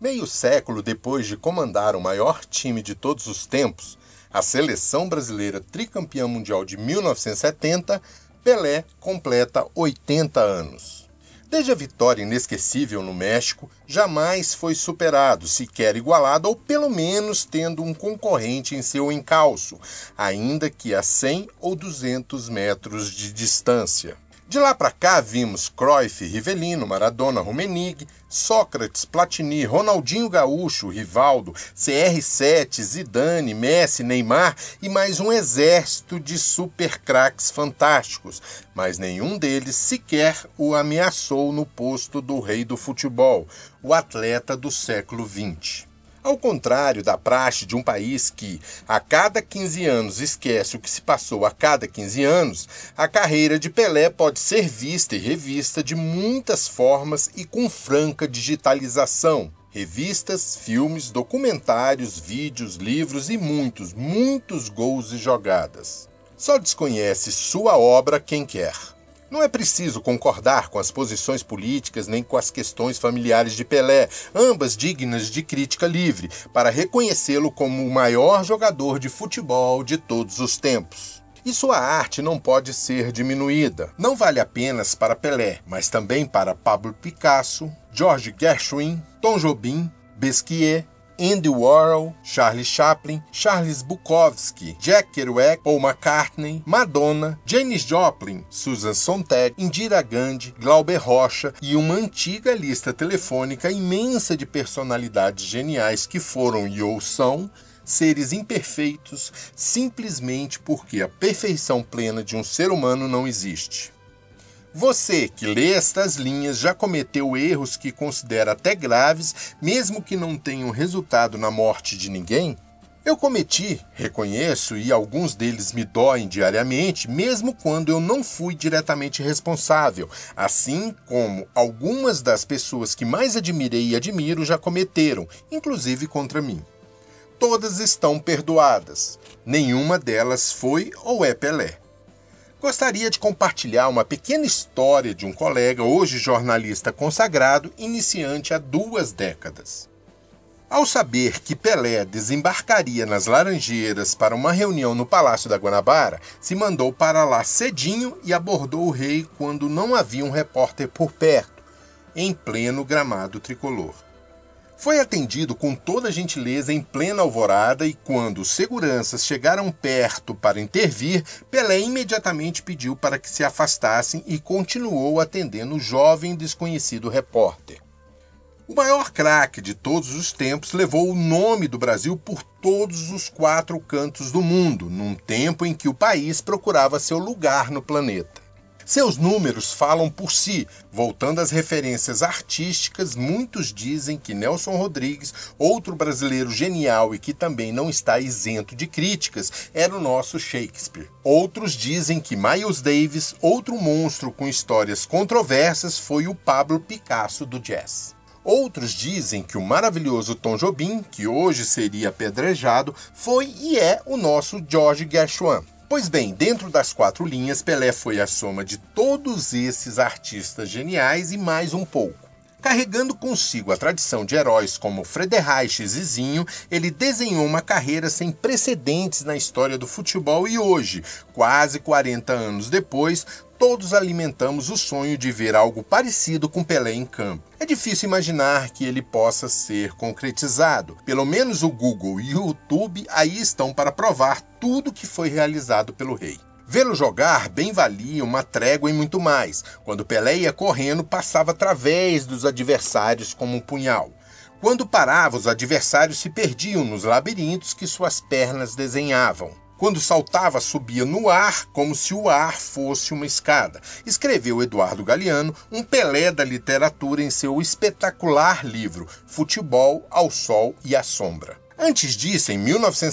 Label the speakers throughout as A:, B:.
A: Meio século depois de comandar o maior time de todos os tempos, a seleção brasileira tricampeã mundial de 1970, Pelé completa 80 anos. Desde a vitória inesquecível no México, jamais foi superado, sequer igualado ou pelo menos tendo um concorrente em seu encalço, ainda que a 100 ou 200 metros de distância. De lá para cá vimos Cruyff, Rivelino, Maradona, Rummenigge, Sócrates, Platini, Ronaldinho Gaúcho, Rivaldo, CR7, Zidane, Messi, Neymar e mais um exército de super craques fantásticos, mas nenhum deles sequer o ameaçou no posto do rei do futebol, o atleta do século XX. Ao contrário da praxe de um país que, a cada 15 anos, esquece o que se passou a cada 15 anos, a carreira de Pelé pode ser vista e revista de muitas formas e com franca digitalização. Revistas, filmes, documentários, vídeos, livros e muitos gols e jogadas. Só desconhece sua obra quem quer. Não é preciso concordar com as posições políticas nem com as questões familiares de Pelé, ambas dignas de crítica livre, para reconhecê-lo como o maior jogador de futebol de todos os tempos. E sua arte não pode ser diminuída. Não vale apenas para Pelé, mas também para Pablo Picasso, George Gershwin, Tom Jobim, Basquiat, Andy Warhol, Charlie Chaplin, Charles Bukowski, Jack Kerouac, Paul McCartney, Madonna, Janis Joplin, Susan Sontag, Indira Gandhi, Glauber Rocha e uma antiga lista telefônica imensa de personalidades geniais que foram e ou são seres imperfeitos simplesmente porque a perfeição plena de um ser humano não existe. Você que lê estas linhas já cometeu erros que considera até graves, mesmo que não tenham resultado na morte de ninguém? Eu cometi, reconheço, e alguns deles me doem diariamente, mesmo quando eu não fui diretamente responsável, assim como algumas das pessoas que mais admirei e admiro já cometeram, inclusive contra mim. Todas estão perdoadas. Nenhuma delas foi ou é Pelé. Gostaria de compartilhar uma pequena história de um colega, hoje jornalista consagrado, iniciante há 2 décadas. Ao saber que Pelé desembarcaria nas Laranjeiras para uma reunião no Palácio da Guanabara, se mandou para lá cedinho e abordou o rei quando não havia um repórter por perto, em pleno gramado tricolor. Foi atendido com toda a gentileza em plena alvorada e quando os seguranças chegaram perto para intervir, Pelé imediatamente pediu para que se afastassem e continuou atendendo o jovem desconhecido repórter. O maior craque de todos os tempos levou o nome do Brasil por todos os 4 cantos do mundo, num tempo em que o país procurava seu lugar no planeta. Seus números falam por si. Voltando às referências artísticas, muitos dizem que Nelson Rodrigues, outro brasileiro genial e que também não está isento de críticas, era o nosso Shakespeare. Outros dizem que Miles Davis, outro monstro com histórias controversas, foi o Pablo Picasso do jazz. Outros dizem que o maravilhoso Tom Jobim, que hoje seria apedrejado, foi e é o nosso George Gershwin. Pois bem, dentro das 4 linhas, Pelé foi a soma de todos esses artistas geniais e mais um pouco. Carregando consigo a tradição de heróis como Frederich e Zizinho, ele desenhou uma carreira sem precedentes na história do futebol e hoje, quase 40 anos depois, todos alimentamos o sonho de ver algo parecido com Pelé em campo. É difícil imaginar que ele possa ser concretizado. Pelo menos o Google e o YouTube aí estão para provar tudo que foi realizado pelo rei. Vê-lo jogar bem valia uma trégua e muito mais. Quando Pelé ia correndo, passava através dos adversários como um punhal. Quando parava, os adversários se perdiam nos labirintos que suas pernas desenhavam. Quando saltava, subia no ar, como se o ar fosse uma escada. Escreveu Eduardo Galeano, um Pelé da literatura, em seu espetacular livro Futebol, ao Sol e à Sombra. Antes disso, em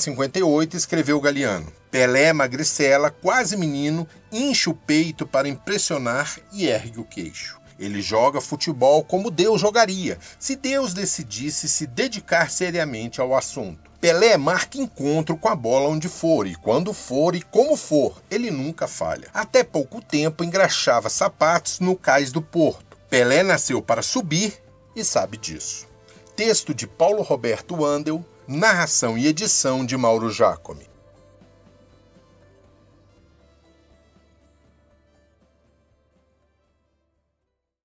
A: 1958, escreveu Galeano: Pelé magricela, quase menino, incha o peito para impressionar e ergue o queixo. Ele joga futebol como Deus jogaria, se Deus decidisse se dedicar seriamente ao assunto. Pelé marca encontro com a bola onde for, e quando for e como for, ele nunca falha. Até pouco tempo engraxava sapatos no cais do Porto. Pelé nasceu para subir e sabe disso. texto de Paulo Roberto Wandel, narração e edição de Mauro Giacomi.